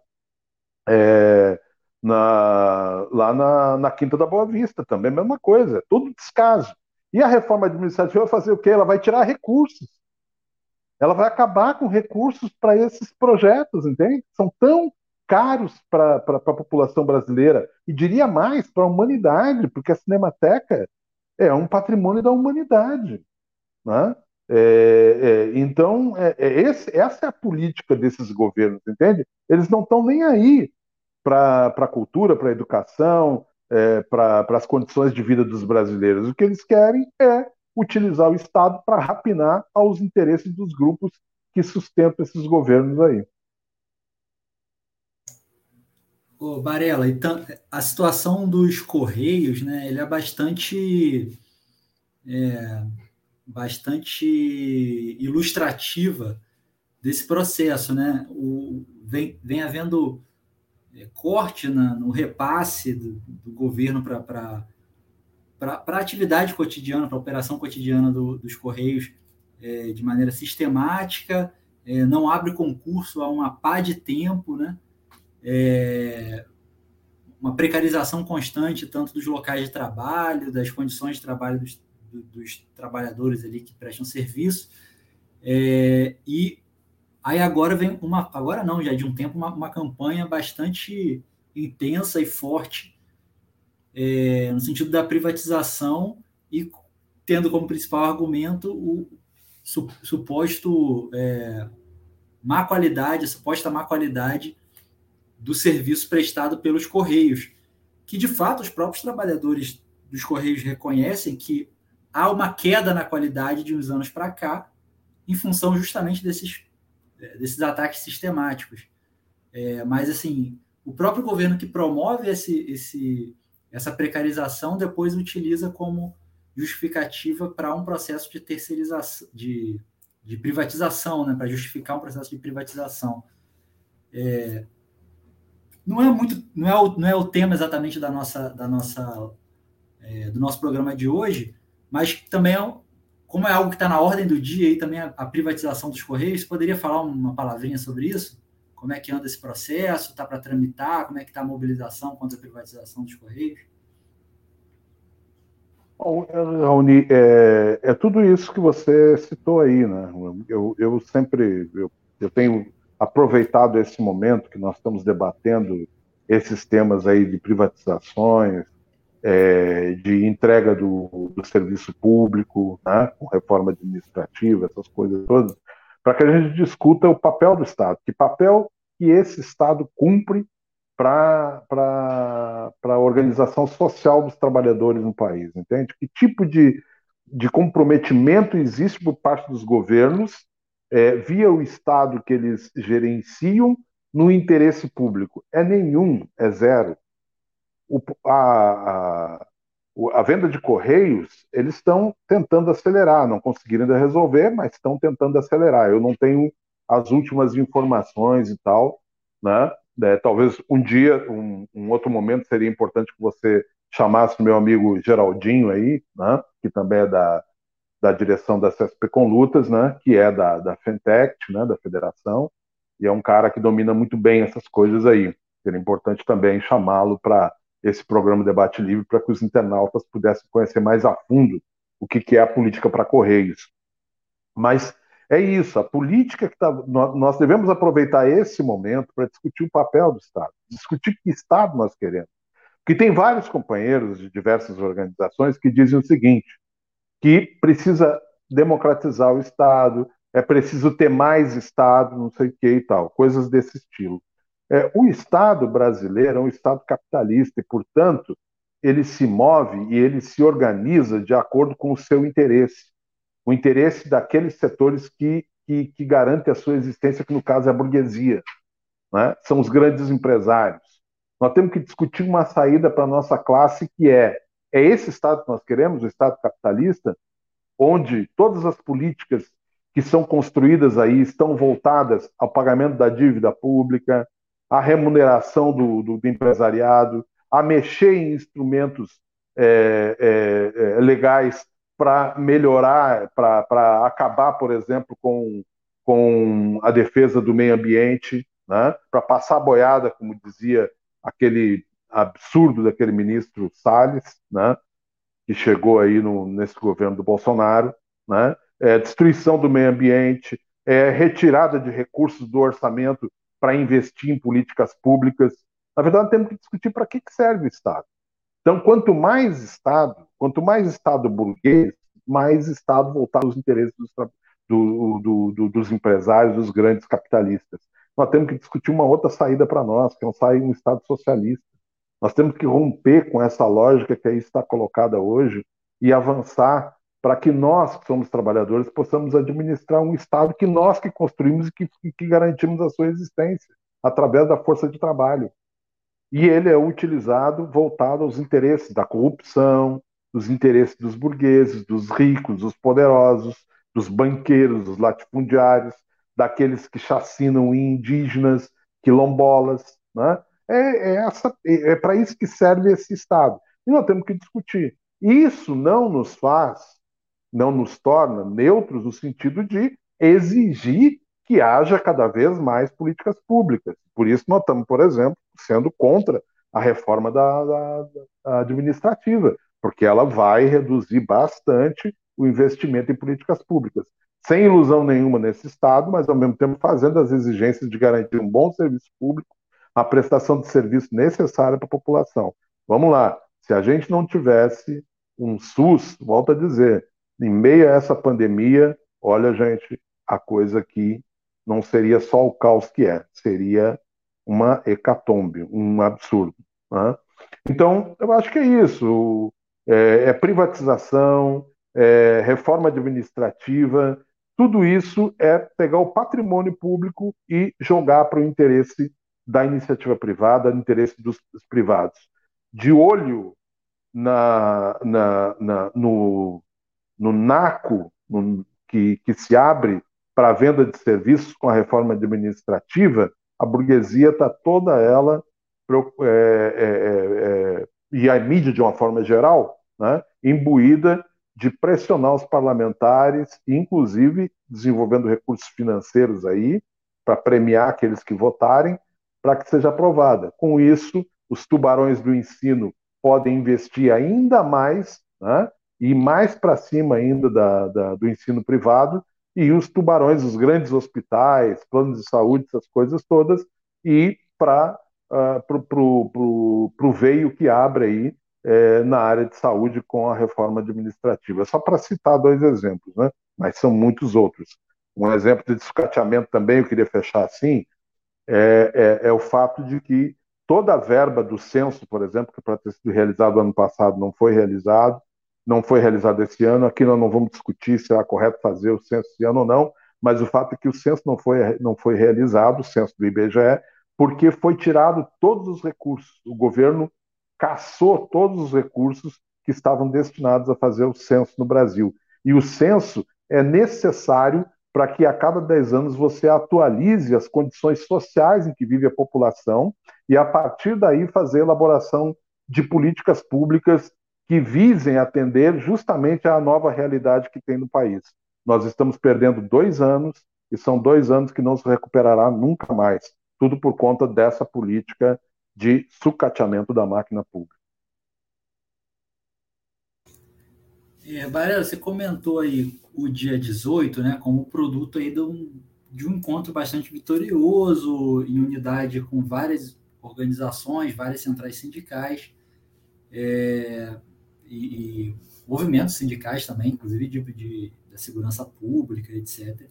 é, na, lá na, na Quinta da Boa Vista também, mesma coisa, tudo descaso. E a reforma administrativa vai fazer o quê? Ela vai tirar recursos. Ela vai acabar com recursos para esses projetos, entende? São tão caros para a população brasileira, e diria mais, para a humanidade, porque a Cinemateca é um patrimônio da humanidade, né? É, é, então, é, é esse, essa é a política desses governos, entende? Eles não estão nem aí para a cultura, para a educação, é, para as condições de vida dos brasileiros. O que eles querem é utilizar o Estado para rapinar aos interesses dos grupos que sustentam esses governos aí. Ô, Barela, então, a situação dos Correios, né, ele é bastante, é, bastante ilustrativa desse processo, né? O, vem, vem havendo é, corte na, no repasse do, do governo para a atividade cotidiana, para a operação cotidiana do, dos Correios é, de maneira sistemática, é, não abre concurso há uma pá de tempo, né? É, uma precarização constante tanto dos locais de trabalho, das condições de trabalho dos, dos trabalhadores ali que prestam serviço, é, e aí agora vem uma, agora não, já de um tempo, uma, uma campanha bastante intensa e forte é, no sentido da privatização e tendo como principal argumento o su, suposto é, má qualidade, a suposta má qualidade do serviço prestado pelos Correios, que de fato os próprios trabalhadores dos Correios reconhecem que há uma queda na qualidade de uns anos para cá, em função justamente desses, desses ataques sistemáticos. É, mas, assim, o próprio governo que promove esse, esse, essa precarização depois utiliza como justificativa para um processo de terceirização, de, de privatização, né, para justificar um processo de privatização. É, Não é muito, não é o, não é o tema exatamente da nossa, da nossa, é, do nosso programa de hoje, mas também, é, como é algo que está na ordem do dia e também a, a privatização dos Correios, poderia falar uma palavrinha sobre isso? Como é que anda esse processo? Está para tramitar? Como é que está a mobilização contra a privatização dos Correios? Bom, Raoni, é, é tudo isso que você citou aí, né? Eu, eu sempre eu, eu tenho aproveitado esse momento que nós estamos debatendo esses temas aí de privatizações, é, de entrega do, do serviço público, né, com reforma administrativa, essas coisas todas, para que a gente discuta o papel do Estado, que papel que esse Estado cumpre para a organização social dos trabalhadores no país, entende? Que tipo de, de comprometimento existe por parte dos governos é, via o Estado que eles gerenciam no interesse público? É nenhum, é zero. O, a, a, a venda de Correios, eles estão tentando acelerar, não conseguiram ainda resolver, mas estão tentando acelerar. Eu não tenho as últimas informações e tal, né? É, talvez um dia, um, um outro momento, seria importante que você chamasse o meu amigo Geraldinho aí, né? Que também é da, da direção da C S P Com Lutas, né? Que é da, da Fentect, né? Da federação, e é um cara que domina muito bem essas coisas aí. Seria importante também chamá-lo para esse programa Debate Livre, para que os internautas pudessem conhecer mais a fundo o que, que é a política para Correios. Mas é isso, a política que tá, nós devemos aproveitar esse momento para discutir o papel do Estado, discutir que Estado nós queremos. Porque tem vários companheiros de diversas organizações que dizem o seguinte, que precisa democratizar o Estado, é preciso ter mais Estado, não sei o que e tal, coisas desse estilo. É, o Estado brasileiro é um Estado capitalista e, portanto, ele se move e ele se organiza de acordo com o seu interesse. O interesse daqueles setores que, que, que garantem a sua existência, que no caso é a burguesia, né? São os grandes empresários. Nós temos que discutir uma saída para a nossa classe que é, é esse Estado que nós queremos, o Estado capitalista, onde todas as políticas que são construídas aí estão voltadas ao pagamento da dívida pública, à remuneração do, do, do empresariado, a mexer em instrumentos é, é, é, legais para melhorar, para acabar, por exemplo, com, com a defesa do meio ambiente, né? Para passar a boiada, como dizia aquele absurdo daquele ministro Salles, né? Que chegou aí no, nesse governo do Bolsonaro, né? É, destruição do meio ambiente, é, retirada de recursos do orçamento para investir em políticas públicas. Na verdade, temos que discutir para que serve o Estado. Então, quanto mais Estado, quanto mais Estado burguês, mais Estado voltado aos interesses dos, tra do, do, do, dos empresários, dos grandes capitalistas. Nós temos que discutir uma outra saída para nós, que é um, um Estado socialista. Nós temos que romper com essa lógica que aí está colocada hoje e avançar para que nós, que somos trabalhadores, possamos administrar um Estado que nós que construímos e que, que garantimos a sua existência, através da força de trabalho. E ele é utilizado voltado aos interesses da corrupção, dos interesses dos burgueses, dos ricos, dos poderosos, dos banqueiros, dos latifundiários, daqueles que chacinam indígenas, quilombolas, né? É, é, essa, é, é para isso que serve esse Estado. E nós temos que discutir. Isso não nos faz, não nos torna neutros no sentido de exigir que haja cada vez mais políticas públicas. Por isso nós estamos, por exemplo, sendo contra a reforma da, da, da administrativa, porque ela vai reduzir bastante o investimento em políticas públicas, sem ilusão nenhuma nesse Estado, mas ao mesmo tempo fazendo as exigências de garantir um bom serviço público, a prestação de serviço necessária para a população. Vamos lá, se a gente não tivesse um SUS, volto a dizer, em meio a essa pandemia, olha, gente, a coisa aqui não seria só o caos que é, seria uma hecatombe, um absurdo, né? Então, eu acho que é isso, é, é privatização, é reforma administrativa, tudo isso é pegar o patrimônio público e jogar para o interesse da iniciativa privada, do interesse dos, dos privados. De olho na, na, na, no, no naco no, que, que se abre para a venda de serviços com a reforma administrativa, a burguesia está toda ela, é, é, é, e a mídia de uma forma geral, né, imbuída de pressionar os parlamentares, inclusive desenvolvendo recursos financeiros aí, para premiar aqueles que votarem, para que seja aprovada. Com isso, os tubarões do ensino podem investir ainda mais, né, e mais para cima ainda da, da, do ensino privado, e os tubarões, os grandes hospitais, planos de saúde, essas coisas todas, e para uh, o veio que abre aí é, na área de saúde com a reforma administrativa. Só para citar dois exemplos, né? Mas são muitos outros. Um exemplo de sucateamento também, eu queria fechar assim, é, é, é o fato de que toda a verba do censo, por exemplo, que para ter sido realizado ano passado não foi realizado, não foi realizado esse ano. Aqui nós não vamos discutir se será correto fazer o censo esse ano ou não, mas o fato é que o censo não foi, não foi realizado, o censo do I B G E, porque foi tirado todos os recursos. O governo caçou todos os recursos que estavam destinados a fazer o censo no Brasil. E o censo é necessário para que a cada dez anos você atualize as condições sociais em que vive a população e, a partir daí, fazer a elaboração de políticas públicas que visem atender justamente à nova realidade que tem no país. Nós estamos perdendo dois anos, e são dois anos que não se recuperará nunca mais. Tudo por conta dessa política de sucateamento da máquina pública. É, Varela, você comentou aí o dia dezoito, né, como produto aí de um, de um encontro bastante vitorioso, em unidade com várias organizações, várias centrais sindicais, é, e, e movimentos sindicais também, inclusive de, de, da segurança pública, etcétera.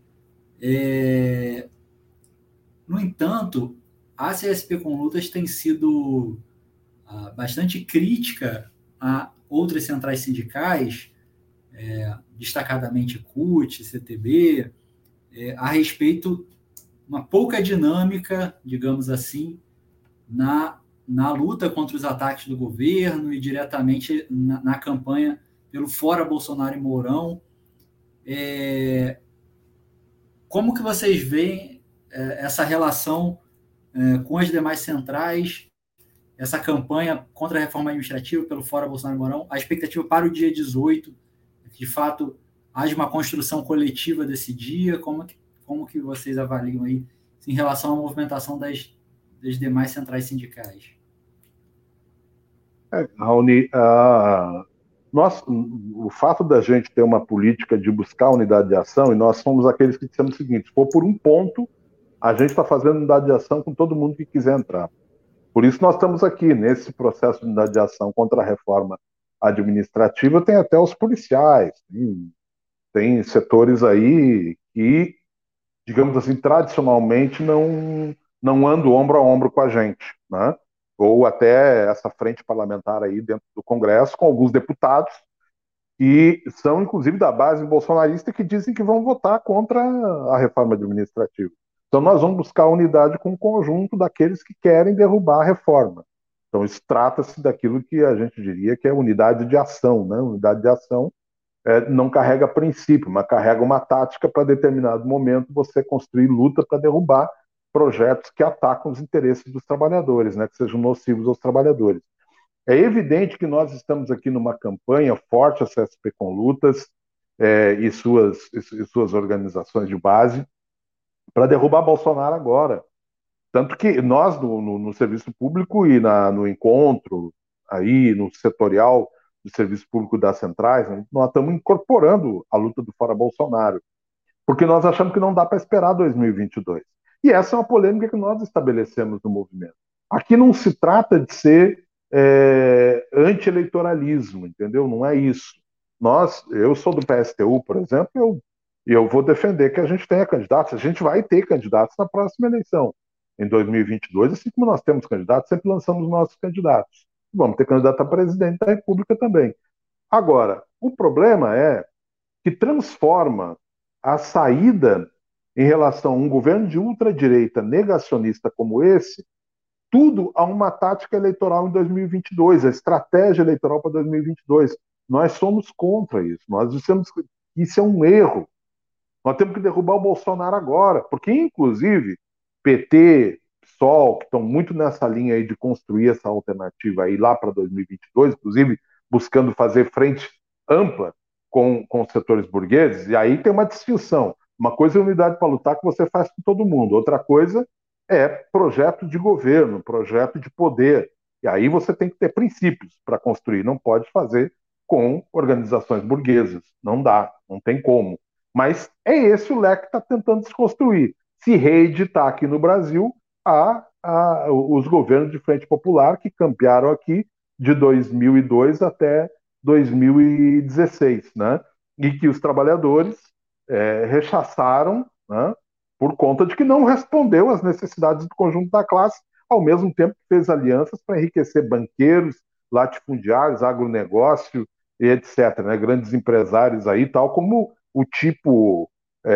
É, no entanto, a C S P com Lutas tem sido ah, bastante crítica a outras centrais sindicais, é, destacadamente C U T, C T B, é, a respeito de uma pouca dinâmica, digamos assim, na, na luta contra os ataques do governo e diretamente na, na campanha pelo Fora Bolsonaro e Mourão. É, como que vocês veem é, essa relação é, com as demais centrais, essa campanha contra a reforma administrativa pelo Fora Bolsonaro e Mourão, a expectativa para o dia dezoito, que de fato haja uma construção coletiva desse dia, como que, como que vocês avaliam aí em relação à movimentação das, das demais centrais sindicais? É, Raoni, uh, nós, o fato da gente ter uma política de buscar unidade de ação, e nós somos aqueles que dizemos o seguinte: se for por um ponto, a gente está fazendo unidade de ação com todo mundo que quiser entrar. Por isso nós estamos aqui, nesse processo de unidade de ação contra a reforma administrativa. Tem até os policiais, tem Tem setores aí que, digamos assim, tradicionalmente não, não andam ombro a ombro com a gente, né? Ou até essa frente parlamentar aí dentro do Congresso, com alguns deputados que são, inclusive, da base bolsonarista, que dizem que vão votar contra a reforma administrativa. Então, nós vamos buscar a unidade com o conjunto daqueles que querem derrubar a reforma. Então, isso trata-se daquilo que a gente diria que é unidade de ação, né? Unidade de ação é, não carrega princípio, mas carrega uma tática para determinado momento você construir luta para derrubar projetos que atacam os interesses dos trabalhadores, né? Que sejam nocivos aos trabalhadores. É evidente que nós estamos aqui numa campanha forte, a C S P com Lutas é, e, suas, e suas organizações de base, para derrubar Bolsonaro agora. Tanto que nós, no, no, no serviço público e na, no encontro, aí no setorial do serviço público das centrais, né, nós estamos incorporando a luta do Fora Bolsonaro, porque nós achamos que não dá para esperar dois mil e vinte e dois. E essa é uma polêmica que nós estabelecemos no movimento. Aqui não se trata de ser é, anti-eleitoralismo, entendeu? Não é isso. Nós, eu sou do P S T U, por exemplo, eu, eu vou defender que a gente tenha candidatos. A gente vai ter candidatos na próxima eleição, em dois mil e vinte e dois, assim como nós temos candidatos, sempre lançamos nossos candidatos. Vamos ter candidato a presidente da República também. Agora, o problema é que transforma a saída em relação a um governo de ultradireita negacionista como esse, tudo a uma tática eleitoral em dois mil e vinte e dois, a estratégia eleitoral para dois mil e vinte e dois. Nós somos contra isso. Nós dissemos que isso é um erro. Nós temos que derrubar o Bolsonaro agora, porque, inclusive, P T, PSOL, que estão muito nessa linha aí de construir essa alternativa aí lá para dois mil e vinte e dois, inclusive buscando fazer frente ampla com, com os setores burgueses, e aí tem uma distinção. Uma coisa é unidade para lutar que você faz com todo mundo, outra coisa é projeto de governo, projeto de poder. E aí você tem que ter princípios para construir, não pode fazer com organizações burguesas, não dá, não tem como. Mas é esse o leque que está tentando se construir. Se reeditar aqui no Brasil a, a, os governos de Frente Popular que campearam aqui de dois mil e dois até dois mil e dezesseis, né? E que os trabalhadores é, rechaçaram, né? Por conta de que não respondeu às necessidades do conjunto da classe, ao mesmo tempo que fez alianças para enriquecer banqueiros, latifundiários, agronegócio e etcétera, né? Grandes empresários aí, tal como o tipo,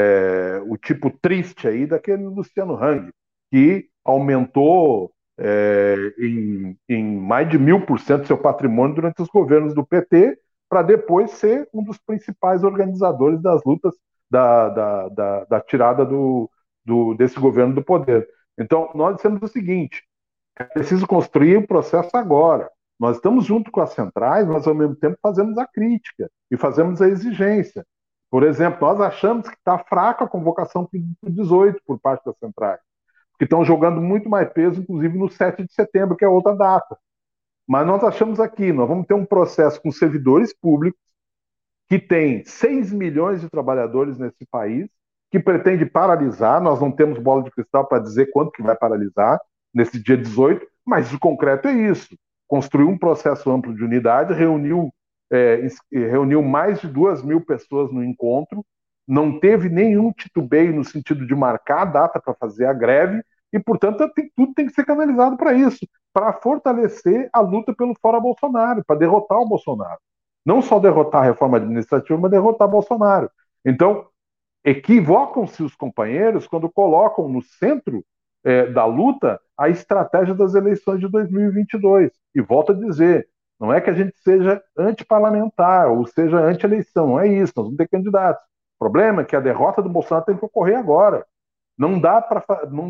é, o tipo triste aí daquele Luciano Hang, que aumentou é, em, em mais de mil por cento seu patrimônio durante os governos do P T, para depois ser um dos principais organizadores das lutas da, da, da, da tirada do, do, desse governo do poder. Então, nós dissemos o seguinte: é preciso construir o processo agora. Nós estamos junto com as centrais, mas ao mesmo tempo fazemos a crítica e fazemos a exigência. Por exemplo, nós achamos que está fraca a convocação para dezoito por parte das centrais, que estão jogando muito mais peso, inclusive no sete de setembro, que é outra data. Mas nós achamos aqui, nós vamos ter um processo com servidores públicos, que tem seis milhões de trabalhadores nesse país, que pretende paralisar. Nós não temos bola de cristal para dizer quanto que vai paralisar nesse dia dezoito, mas o concreto é isso. Construiu um processo amplo de unidade, reuniu, é, reuniu mais de duas mil pessoas no encontro, não teve nenhum titubeio no sentido de marcar a data para fazer a greve, e, portanto, tem, tudo tem que ser canalizado para isso, para fortalecer a luta pelo fora Bolsonaro, para derrotar o Bolsonaro. Não só derrotar a reforma administrativa, mas derrotar Bolsonaro. Então, equivocam-se os companheiros quando colocam no centro é, da luta a estratégia das eleições de dois mil e vinte e dois. E volto a dizer, não é que a gente seja antiparlamentar ou seja anti-eleição, não é isso, nós vamos ter candidatos. O problema é que a derrota do Bolsonaro tem que ocorrer agora. Não dá para...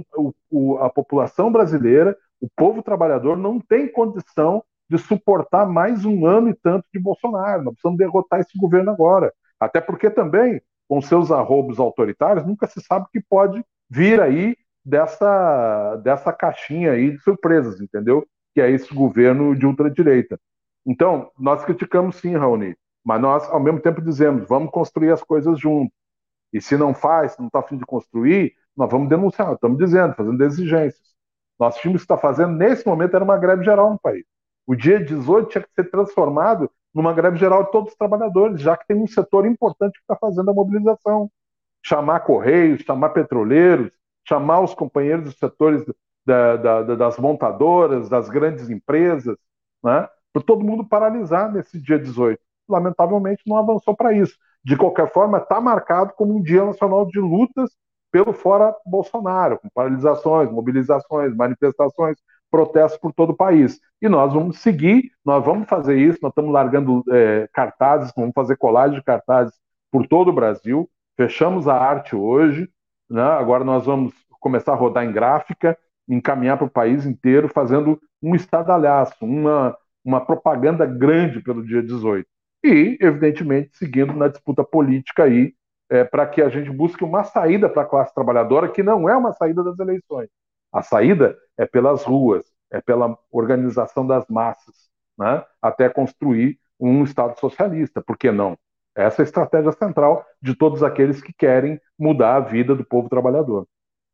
A população brasileira, o povo trabalhador não tem condição de suportar mais um ano e tanto de Bolsonaro. Nós precisamos derrotar esse governo agora. Até porque também, com seus arroubos autoritários, nunca se sabe o que pode vir aí dessa, dessa caixinha aí de surpresas, entendeu? Que é esse governo de ultradireita. Então, nós criticamos sim, Raoni, mas nós, ao mesmo tempo, dizemos, vamos construir as coisas juntos. E se não faz, se não está a fim de construir, nós vamos denunciar, nós estamos dizendo, fazendo exigências. Nós tínhamos que estar fazendo, nesse momento, era uma greve geral no país. O dia dezoito tinha que ser transformado numa greve geral de todos os trabalhadores, já que tem um setor importante que está fazendo a mobilização. Chamar Correios, chamar petroleiros, chamar os companheiros dos setores da, da, das montadoras, das grandes empresas, né, para todo mundo paralisar nesse dia dezoito. Lamentavelmente não avançou para isso. De qualquer forma, está marcado como um dia nacional de lutas pelo fora Bolsonaro, com paralisações, mobilizações, manifestações, protestos por todo o país. E nós vamos seguir, nós vamos fazer isso, nós estamos largando é, cartazes, vamos fazer colagem de cartazes por todo o Brasil, fechamos a arte hoje, né? Agora nós vamos começar a rodar em gráfica, encaminhar para o país inteiro, fazendo um estardalhaço, uma, uma propaganda grande pelo dia dezoito. E, evidentemente, seguindo na disputa política aí, é, para que a gente busque uma saída para a classe trabalhadora, que não é uma saída das eleições. A saída é pelas ruas, é pela organização das massas, né? Até construir um Estado socialista. Por que não? Essa é a estratégia central de todos aqueles que querem mudar a vida do povo trabalhador.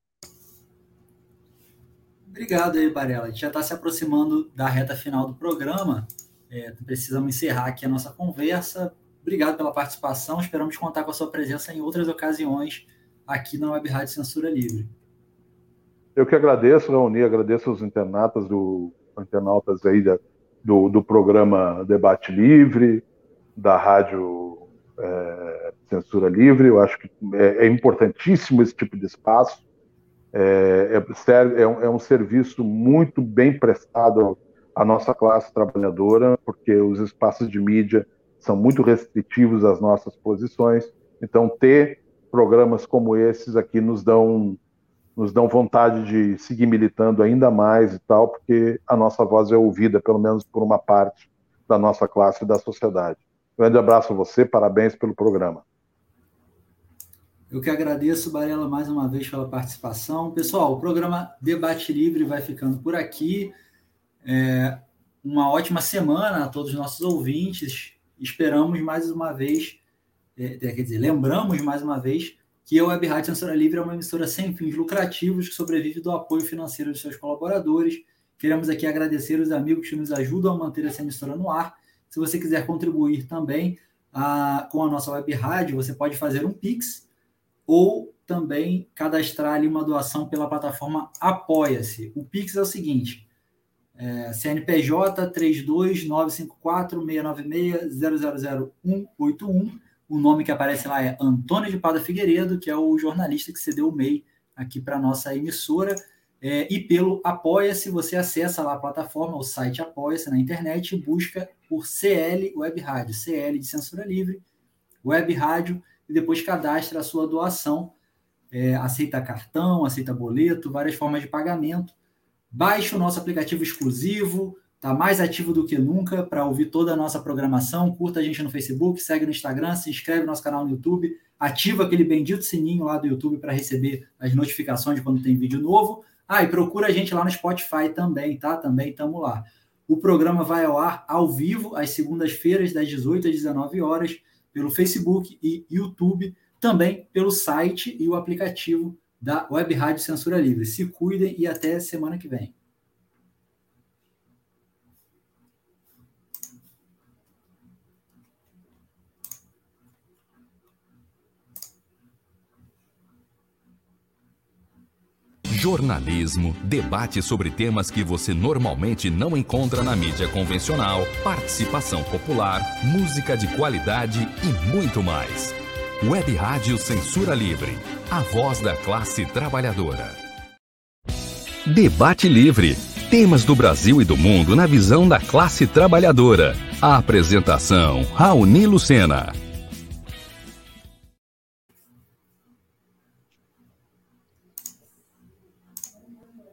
Obrigado aí, Varela. A gente já está se aproximando da reta final do programa. É, precisamos encerrar aqui a nossa conversa. Obrigado pela participação. Esperamos contar com a sua presença em outras ocasiões aqui na Web Rádio Censura Livre. Eu que agradeço, Raoni, agradeço aos internautas, do, internautas aí da, do, do programa Debate Livre, da Rádio é, Censura Livre. Eu acho que é, é importantíssimo esse tipo de espaço. É, é, é, um, é um serviço muito bem prestado à nossa classe trabalhadora, porque os espaços de mídia são muito restritivos às nossas posições. Então, ter programas como esses aqui nos dão... nos dão vontade de seguir militando ainda mais e tal, porque a nossa voz é ouvida, pelo menos por uma parte da nossa classe e da sociedade. Grande abraço a você, parabéns pelo programa. Eu que agradeço, Varela, mais uma vez pela participação. Pessoal, o programa Debate Livre vai ficando por aqui. É uma ótima semana a todos os nossos ouvintes. Esperamos mais uma vez, é, quer dizer, lembramos mais uma vez que a Web Rádio Censura Livre é uma emissora sem fins lucrativos que sobrevive do apoio financeiro de seus colaboradores. Queremos aqui agradecer os amigos que nos ajudam a manter essa emissora no ar. Se você quiser contribuir também a, com a nossa Web Rádio, você pode fazer um Pix ou também cadastrar ali uma doação pela plataforma Apoia-se. O Pix é o seguinte, é C N P J três dois nove cinco quatro seis nove seis zero zero zero um oito um. O nome que aparece lá é Antônio de Pada Figueiredo, que é o jornalista que cedeu o M E I aqui para a nossa emissora. É, e pelo Apoia-se, você acessa lá a plataforma, o site Apoia-se na internet e busca por C L Web Rádio, C L de Censura Livre, Web Rádio, e depois cadastra a sua doação. É, aceita cartão, aceita boleto, várias formas de pagamento. Baixe o nosso aplicativo exclusivo, está mais ativo do que nunca para ouvir toda a nossa programação. Curta a gente no Facebook, segue no Instagram, se inscreve no nosso canal no YouTube, ativa aquele bendito sininho lá do YouTube para receber as notificações de quando tem vídeo novo. Ah, e procura a gente lá no Spotify também, tá? Também estamos lá. O programa vai ao ar ao vivo, às segundas-feiras, das dezoito às dezenove horas, pelo Facebook e YouTube, também pelo site e o aplicativo da Web Rádio Censura Livre. Se cuidem e até semana que vem. Jornalismo, debate sobre temas que você normalmente não encontra na mídia convencional, participação popular, música de qualidade e muito mais. Web Rádio Censura Livre, a voz da classe trabalhadora. Debate Livre, temas do Brasil e do mundo na visão da classe trabalhadora. A apresentação, Raoni Lucena.